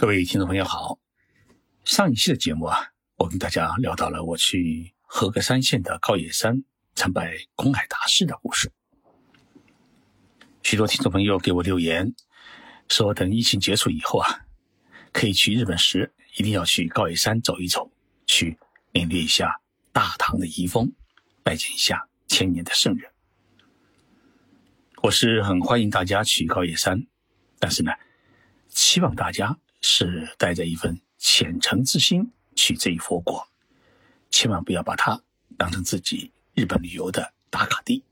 各位听众朋友好，上一期的节目我跟大家聊到了我去和歌山县的高野山参拜空海大师的故事。许多听众朋友给我留言说，等疫情结束以后可以去日本时一定要去高野山走一走，去领略一下大唐的遗风，拜见一下千年的圣人。我是很欢迎大家去高野山，但是呢，希望大家是带着一份虔诚之心去这一佛国，千万不要把它当成自己日本旅游的打卡地。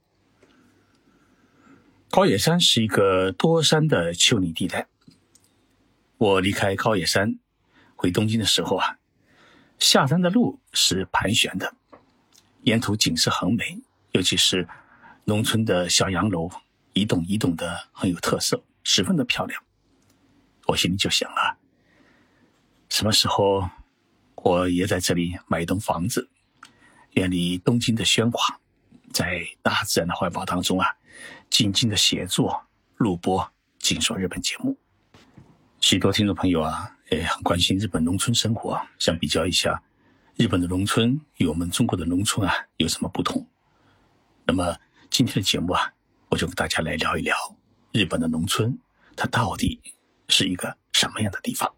高野山是一个多山的丘陵地带。我离开高野山回东京的时候下山的路是盘旋的，沿途景色很美，尤其是农村的小洋楼，一栋一栋的很有特色，十分的漂亮。我心里就想什么时候我也在这里买一栋房子，远离东京的喧哗，在大自然的怀抱当中静静的写作、录播、解说日本节目。许多听众朋友也很关心日本农村生活想比较一下日本的农村与我们中国的农村有什么不同。那么今天的节目我就跟大家来聊一聊日本的农村，它到底是一个什么样的地方。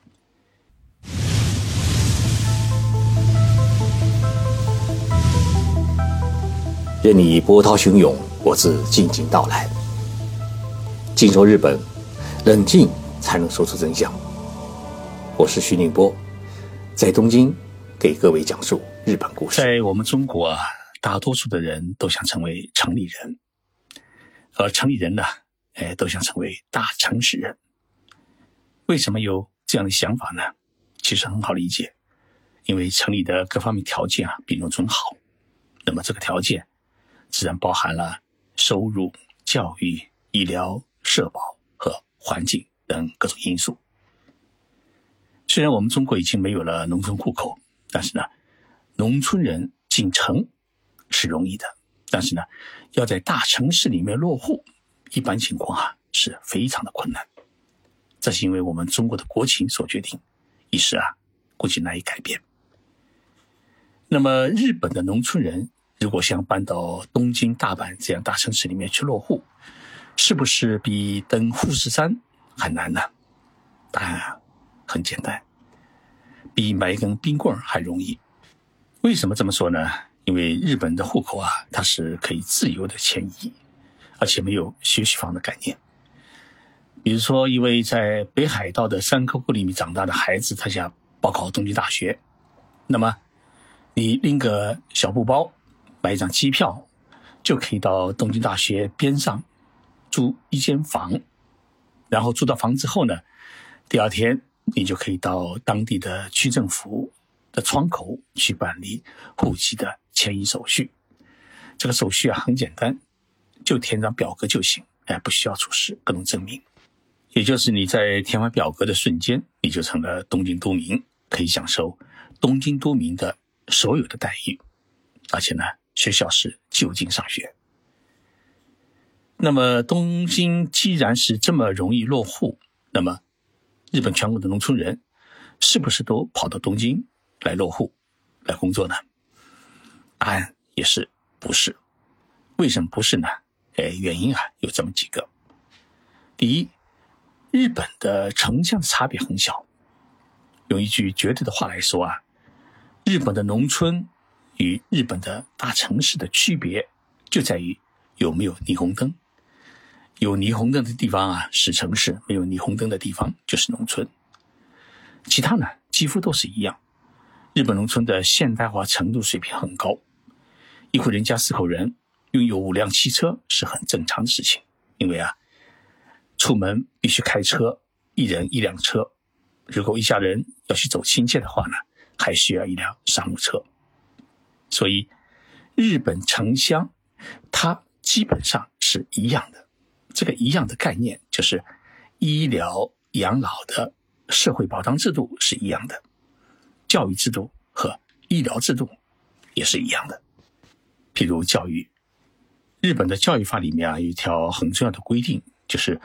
任你波涛汹涌，我自静静到来。静说日本，冷静才能说出真相。我是徐宁波，在东京给各位讲述日本故事。 在我们中国大多数的人都想成为城里人，而城里人呢，都想成为大城市人。为什么有这样的想法呢？其实很好理解，因为城里的各方面条件比农村好，那么这个条件自然包含了收入、教育、医疗、社保和环境等各种因素。虽然我们中国已经没有了农村户口，但是呢，农村人进城是容易的，但是呢，要在大城市里面落户，一般情况是非常的困难。这是因为我们中国的国情所决定，一时估计难以改变。那么日本的农村人如果想搬到东京、大阪这样大城市里面去落户，是不是比登富士山还难呢？答案很简单，比买一根冰棍还容易。为什么这么说呢？因为日本的户口它是可以自由的迁移，而且没有学区房的概念。比如说一位在北海道的山沟沟里面长大的孩子，他想报考东京大学，那么你拎个小布包，买一张机票，就可以到东京大学边上租一间房，然后租到房之后呢，第二天你就可以到当地的区政府的窗口去办理户籍的迁移手续。这个手续很简单，就填张表格就行，不需要出示各种证明。也就是你在填完表格的瞬间，你就成了东京都民，可以享受东京都民的所有的待遇，而且呢，学校是就近上学。那么东京既然是这么容易落户，那么日本全国的农村人是不是都跑到东京来落户来工作呢？答案也是不是。为什么不是呢？原因有这么几个。第一，日本的城乡的差别很小。用一句绝对的话来说日本的农村与日本的大城市的区别就在于有没有霓虹灯。有霓虹灯的地方是城市，没有霓虹灯的地方就是农村。其他呢几乎都是一样。日本农村的现代化程度水平很高，一户人家4口人拥有5辆汽车是很正常的事情，因为出门必须开车，一人1辆车，如果一家人要去走亲戚的话呢，还需要1辆商务车。所以日本城乡它基本上是一样的。这个一样的概念就是医疗养老的社会保障制度是一样的，教育制度和医疗制度也是一样的。譬如教育，日本的教育法里面有一条很重要的规定，就是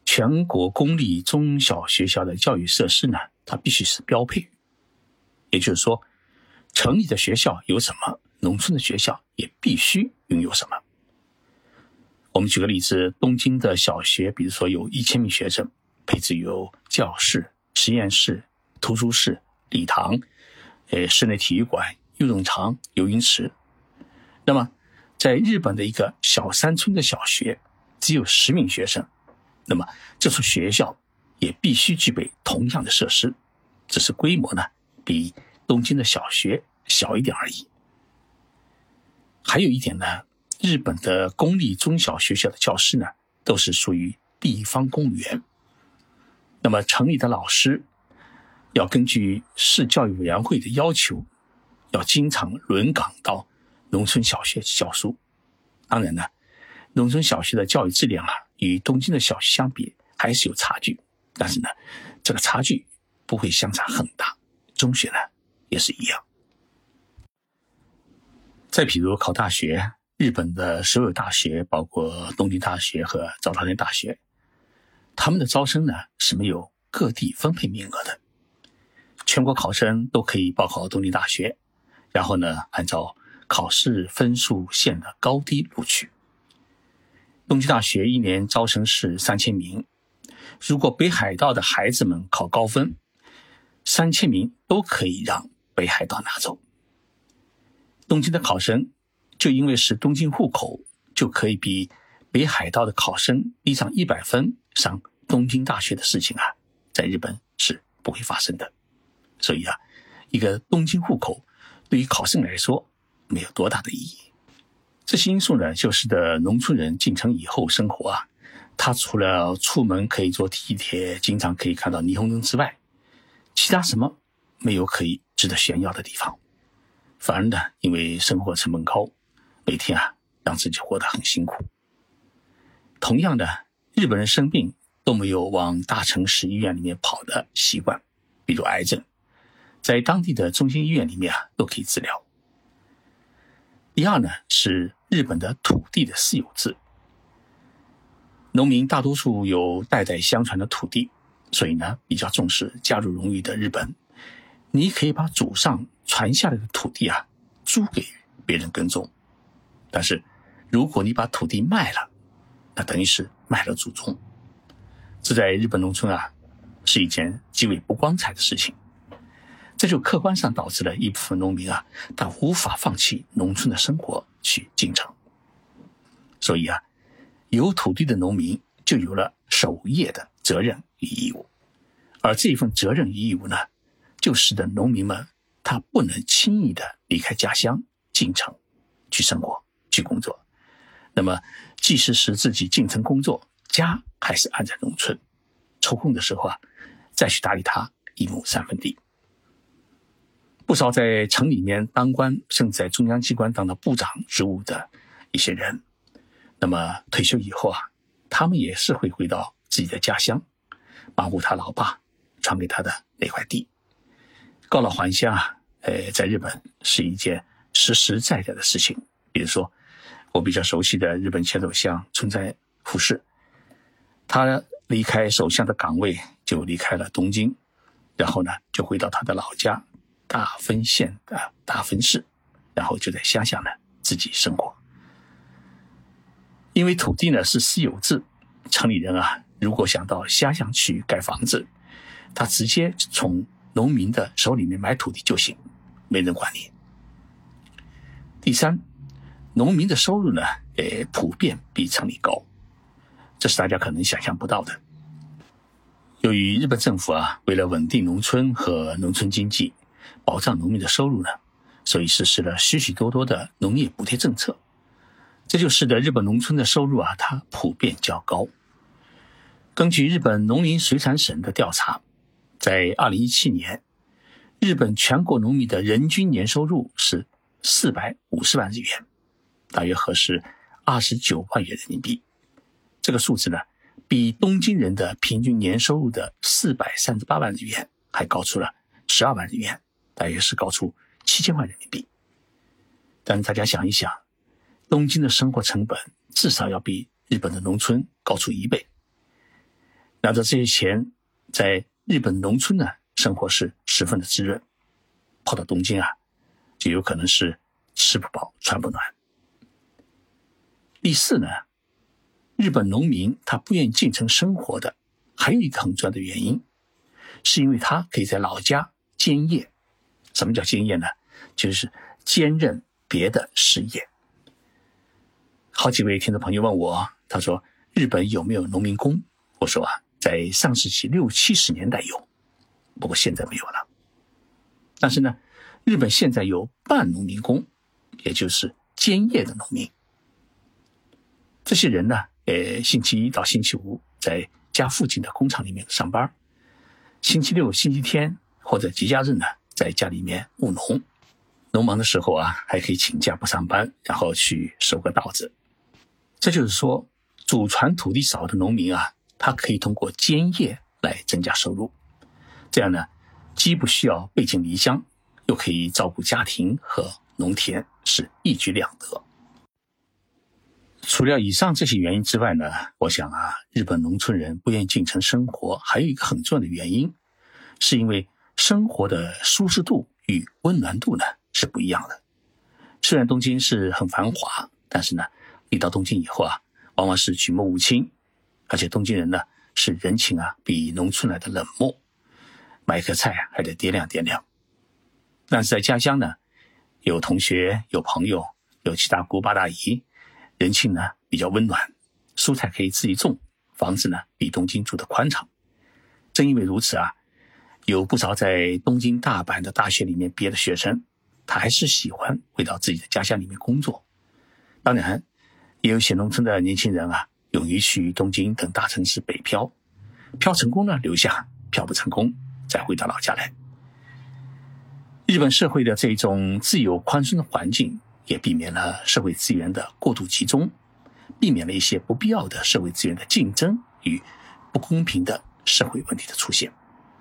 全国公立中小学校的教育设施呢，它必须是标配。也就是说，城里的学校有什么，农村的学校也必须拥有什么。我们举个例子，东京的小学，比如说有1000名学生，配置有教室、实验室、图书室、礼堂、室内体育馆、运动场、游泳池。那么在日本的一个小山村的小学只有10名学生，那么这所学校也必须具备同样的设施，只是规模呢比东京的小学小一点而已。还有一点呢，日本的公立中小学校的教师呢都是属于地方公务员，那么城里的老师要根据市教育委员会的要求，要经常轮岗到农村小学教书。当然呢，农村小学的教育质量与东京的小学相比还是有差距，但是呢，这个差距不会相差很大。中学呢也是一样。再比如考大学，日本的所有大学，包括东京大学和早稻田大学，他们的招生呢是没有各地分配名额的，全国考生都可以报考东京大学，然后呢按照考试分数线的高低录取。东京大学1年招生是3000名，如果北海道的孩子们考高分，3000名都可以让北海道拿走。东京的考生就因为是东京户口，就可以比北海道的考生低上100分上东京大学的事情在日本是不会发生的。所以一个东京户口对于考生来说没有多大的意义。这些因素呢，就使得农村人进城以后生活他除了出门可以坐地铁，经常可以看到霓虹灯之外，其他什么没有可以值得炫耀的地方。反而呢，因为生活成本高，每天让自己活得很辛苦。同样的，日本人生病都没有往大城市医院里面跑的习惯，比如癌症，在当地的中心医院里面都可以治疗。第二呢，是日本的土地的私有制。农民大多数有代代相传的土地，所以呢，比较重视家族荣誉的日本，你可以把祖上传下来的土地租给别人耕种。但是如果你把土地卖了，那等于是卖了祖宗。这在日本农村是一件极为不光彩的事情。这就客观上导致了一部分农民他无法放弃农村的生活去进城。所以有土地的农民就有了守业的责任与义务，而这一份责任与义务呢，就使得农民们他不能轻易的离开家乡进城去生活去工作。那么即使是自己进城工作，家还是安在农村，抽空的时候再去打理它1亩3分地。不少在城里面当官，甚至在中央机关当到部长职务的一些人，那么退休以后他们也是会回到自己的家乡，马虎他老爸传给他的那块地。告老还乡在日本是一件实实在在的事情。比如说我比较熟悉的日本前首相村在富士，他离开首相的岗位就离开了东京，然后呢就回到他的老家大分县的大分市，然后就在乡下呢自己生活。因为土地呢是私有制，城里人如果想到乡下去盖房子，他直接从农民的手里面买土地就行，没人管你。第三，农民的收入呢普遍比城里高，这是大家可能想象不到的。由于日本政府为了稳定农村和农村经济，保障农民的收入呢，所以实施了许许多多的农业补贴政策。这就使得日本农村的收入它普遍较高。根据日本农林水产省的调查，在2017年，日本全国农民的人均年收入是450万日元，大约合适29万元人民币。这个数字呢，比东京人的平均年收入的438万日元还高出了12万日元，大约是高出7000万人民币。但大家想一想，东京的生活成本至少要比日本的农村高出1倍。 拿着这些钱，在日本农村呢，生活是十分的滋润。跑到东京啊，就有可能是吃不饱穿不暖。第四呢，日本农民他不愿意进城生活的还有一个很重要的原因，是因为他可以在老家兼业。什么叫兼业呢？就是兼任别的事业。好几位听众朋友问我，他说日本有没有农民工？我说啊，在上世纪60、70年代有，不过现在没有了。但是呢，日本现在有半农民工，也就是兼业的农民。这些人呢，星期一到星期五在家附近的工厂里面上班，星期六、星期天或者节假日呢，在家里面务农。农忙的时候啊，还可以请假不上班，然后去收个稻子。这就是说，祖传土地少的农民啊，他可以通过兼业来增加收入。这样呢，既不需要背井离乡，又可以照顾家庭和农田，是一举两得。除了以上这些原因之外呢，我想啊，日本农村人不愿意进城生活，还有一个很重要的原因，是因为生活的舒适度与温暖度呢是不一样的。虽然东京是很繁华，但是呢，一到东京以后啊，往往是举目无亲，而且东京人呢是人情啊比农村来的冷漠，买颗菜还得掂量掂量。但是在家乡呢，有同学、有朋友、有七大姑八大姨，人情呢比较温暖，蔬菜可以自己种，房子呢比东京住得宽敞。正因为如此啊，有不少在东京、大阪的大学里面毕业的学生，他还是喜欢回到自己的家乡里面工作。当然，也有些农村的年轻人啊，勇于去东京等大城市北漂，漂成功呢留下，漂不成功再回到老家来。日本社会的这种自由宽松的环境，也避免了社会资源的过度集中，避免了一些不必要的社会资源的竞争与不公平的社会问题的出现。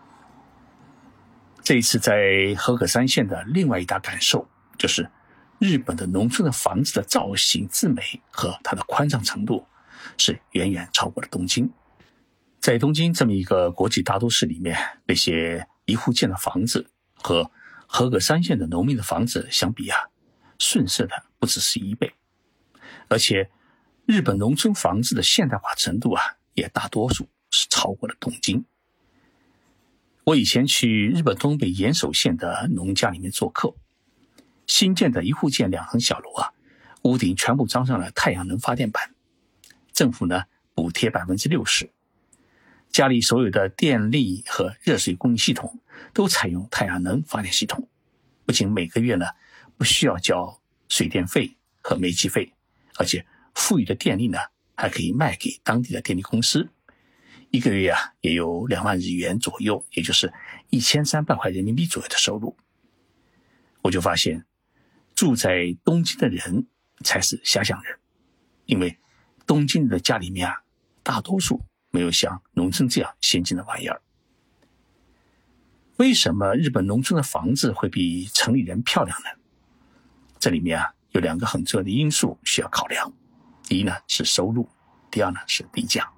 这一次在和歌山县的另外一大感受，就是日本的农村的房子的造型之美和它的宽敞程度是远远超过了东京。在东京这么一个国际大都市里面，那些一户建的房子和和歌山县的农民的房子相比啊，逊色的不只是1倍。而且日本农村房子的现代化程度啊，也大多数是超过了东京。我以前去日本东北岩手县的农家里面做客，新建的一户建2层小楼啊，屋顶全部装上了太阳能发电板，政府呢补贴 60%， 家里所有的电力和热水供应系统都采用太阳能发电系统，不仅每个月呢不需要交水电费和煤气费，而且富裕的电力呢还可以卖给当地的电力公司，一个月啊也有2万日元左右，也就是1300块人民币左右的收入。我就发现住在东京的人才是遐想人，因为东京人的家里面啊，大多数没有像农村这样先进的玩意儿。为什么日本农村的房子会比城里人漂亮呢？这里面啊有2个很重要的因素需要考量。第一呢是收入，第二呢是地价。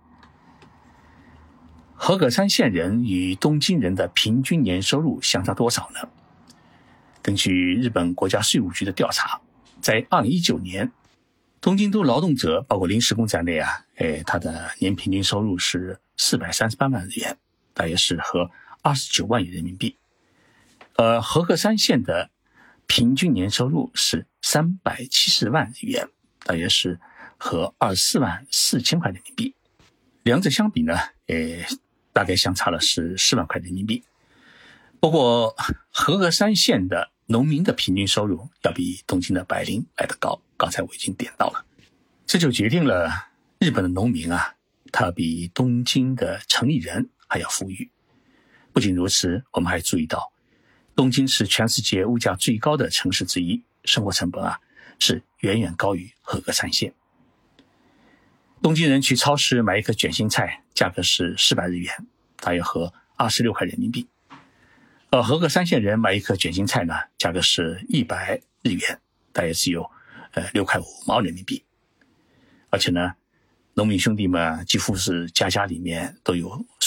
和歌山县人与东京人的平均年收入相差多少呢？根据日本国家税务局的调查，在2019年，东京都劳动者包括临时工在内啊，他的年平均收入是438万日元，大约是和29万元人民币。和歌山县的平均年收入是370万日元，大约是和24万4千块人民币。两者相比呢，大概相差了是4万块人民币。不过和歌山县的农民的平均收入要比东京的白领来得高，刚才我已经点到了。这就决定了日本的农民啊，他比东京的城里人还要富裕。不仅如此，我们还注意到东京是全世界物价最高的城市之一，生活成本啊是远远高于和歌山县。东京人去超市买一颗卷心菜，价格是400日元，大约合26块人民币。和歌山县人买一颗卷心菜呢，价格是100日元，大约只有6块5毛人民币。而且呢，农民兄弟们几乎是家家里面都有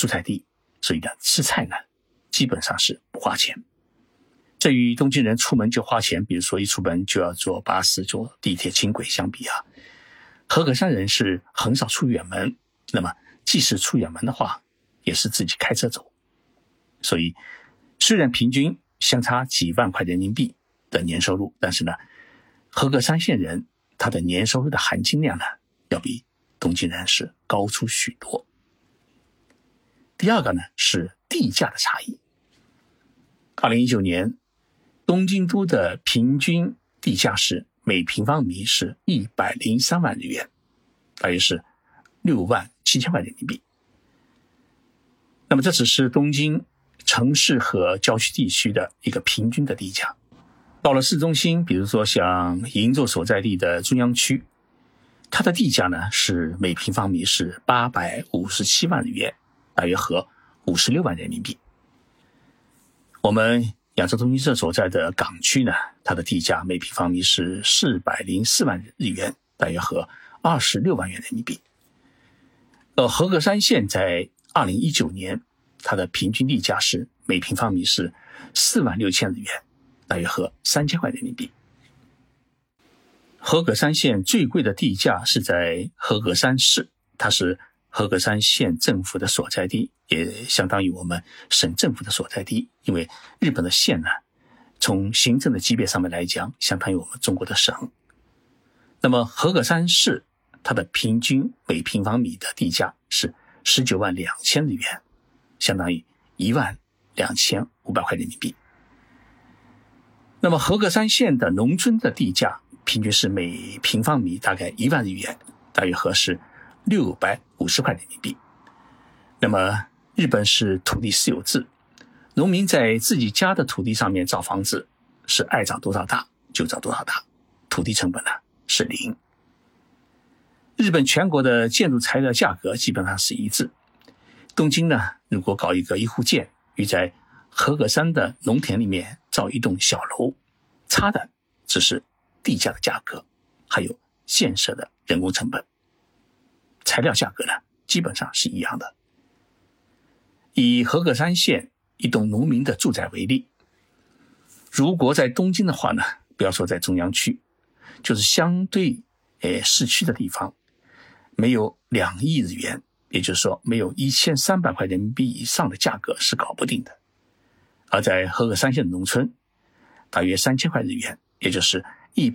蔬菜地，所以呢，吃菜呢基本上是不花钱。这与东京人出门就花钱，比如说一出门就要坐巴士、坐地铁、轻轨相比啊，和歌山人是很少出远门，那么即使出远门的话，也是自己开车走。所以虽然平均相差几万块人民币的年收入，但是呢，和歌山县人他的年收入的含金量呢，要比东京人是高出许多。第二个呢是地价的差异。2019年东京都的平均地价是每平方米是103万日元，大约是6万7千块人民币。那么这只是东京城市和郊区地区的一个平均的地价。到了市中心，比如说像银座所在地的中央区，它的地价呢是每平方米是857万日元，大约合56万人民币。我们亚洲通讯社所在的港区呢，它的地价每平方米是404万日元，大约合26万元人民币。和歌山县在2019年，它的平均地价是每平方米是4万6千日元，大约合3000块人民币。和歌山县最贵的地价是在和歌山市，它是和歌山县政府的所在地，也相当于我们省政府的所在地。因为日本的县呢，从行政的级别上面来讲，相当于我们中国的省。那么和歌山市它的平均每平方米的地价是19万2千日元，相当于1万2500块人民币。那么和歌山县的农村的地价平均是每平方米大概1万日元，大约合适650块人民币。那么日本是土地私有制，农民在自己家的土地上面造房子是爱造多少大就造多少大，土地成本呢是0。日本全国的建筑材料价格基本上是一致。东京呢，如果搞一个一户建，与在和歌山的农田里面造一栋小楼，差的只是地价的价格，还有建设的人工成本。材料价格呢，基本上是一样的。以和歌山县一栋农民的住宅为例，如果在东京的话呢，不要说在中央区，就是相对市区的地方，没有2亿日元，也就是说没有1300块人民币以上的价格是搞不定的。而在和歌山县的农村，大约3000块日元，也就是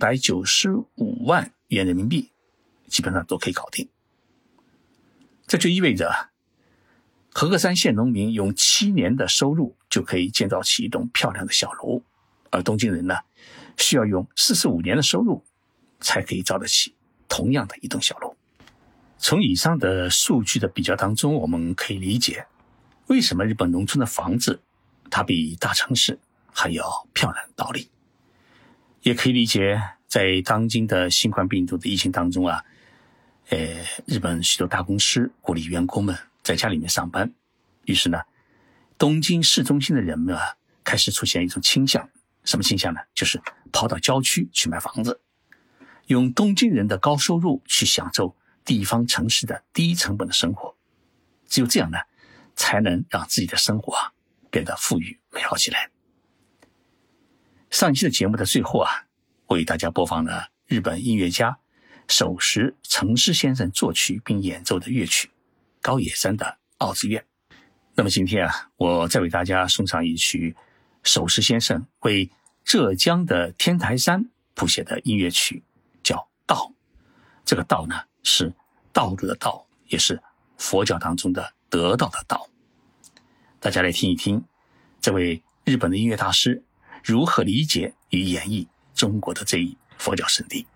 195万元人民币，基本上都可以搞定。这就意味着和歌山县农民用7年的收入就可以建造起一栋漂亮的小楼，而东京人呢，需要用45年的收入才可以造得起同样的一栋小楼。从以上的数据的比较当中，我们可以理解为什么日本农村的房子它比大城市还要漂亮的道理。也可以理解在当今的新冠病毒的疫情当中啊，日本许多大公司鼓励员工们在家里面上班，于是呢，东京市中心的人们啊，开始出现一种倾向。什么倾向呢？就是跑到郊区去买房子，用东京人的高收入去享受地方城市的低成本的生活。只有这样呢，才能让自己的生活啊变得富裕美好起来。上期的节目的最后啊，我为大家播放了日本音乐家守石诚之先生作曲并演奏的乐曲高野山的奥之院。那么今天啊，我再为大家送上一曲守石先生为浙江的天台山谱写的音乐曲，叫《道》。这个道呢，是道路的道，也是佛教当中的得道的道。大家来听一听这位日本的音乐大师如何理解与演绎中国的这一佛教圣地。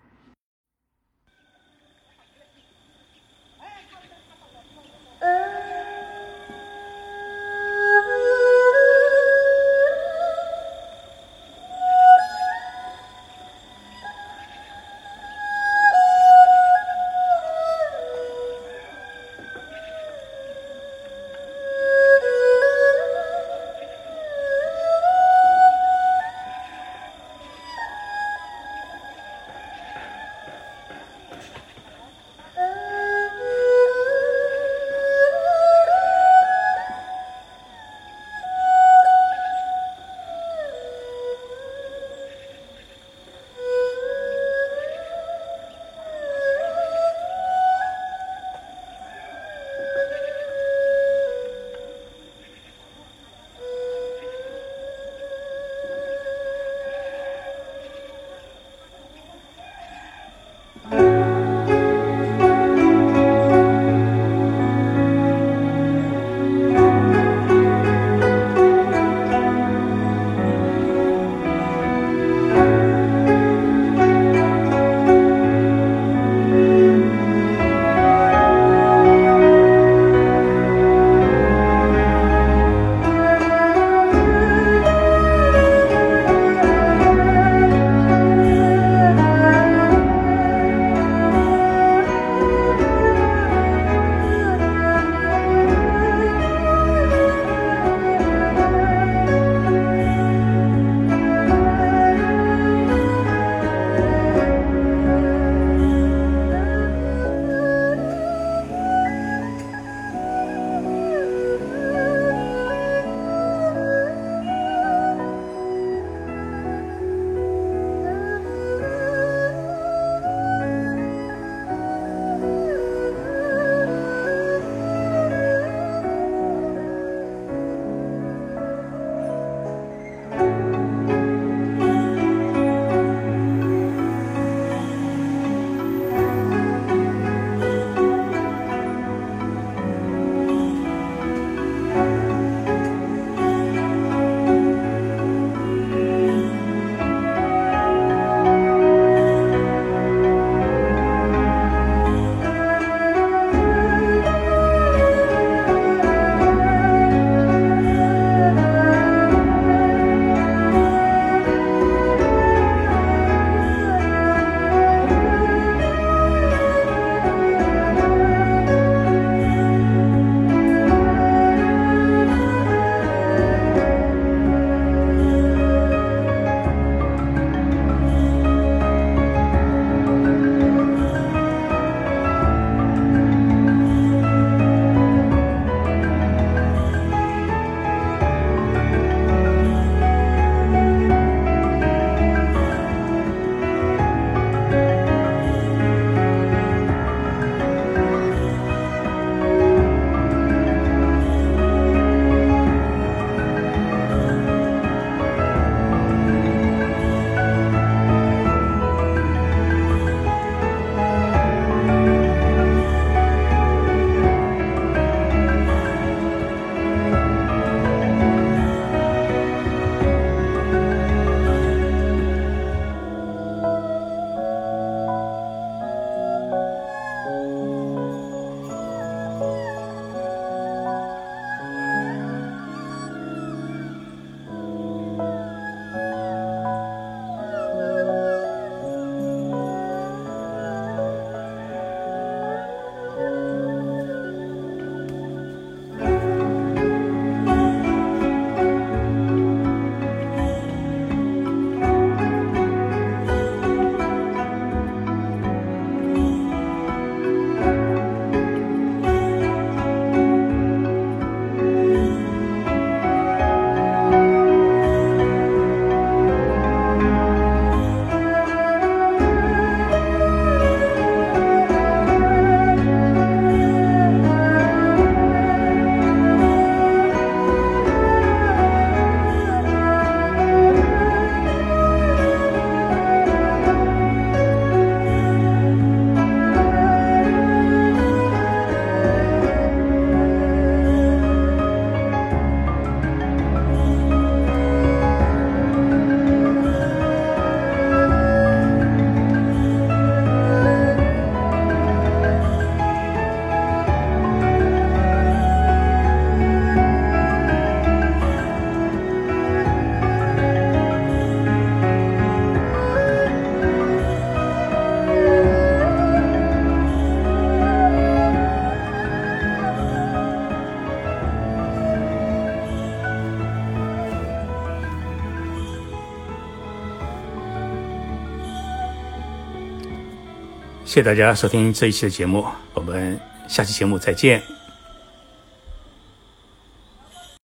谢谢大家收听这一期的节目，我们下期节目再见。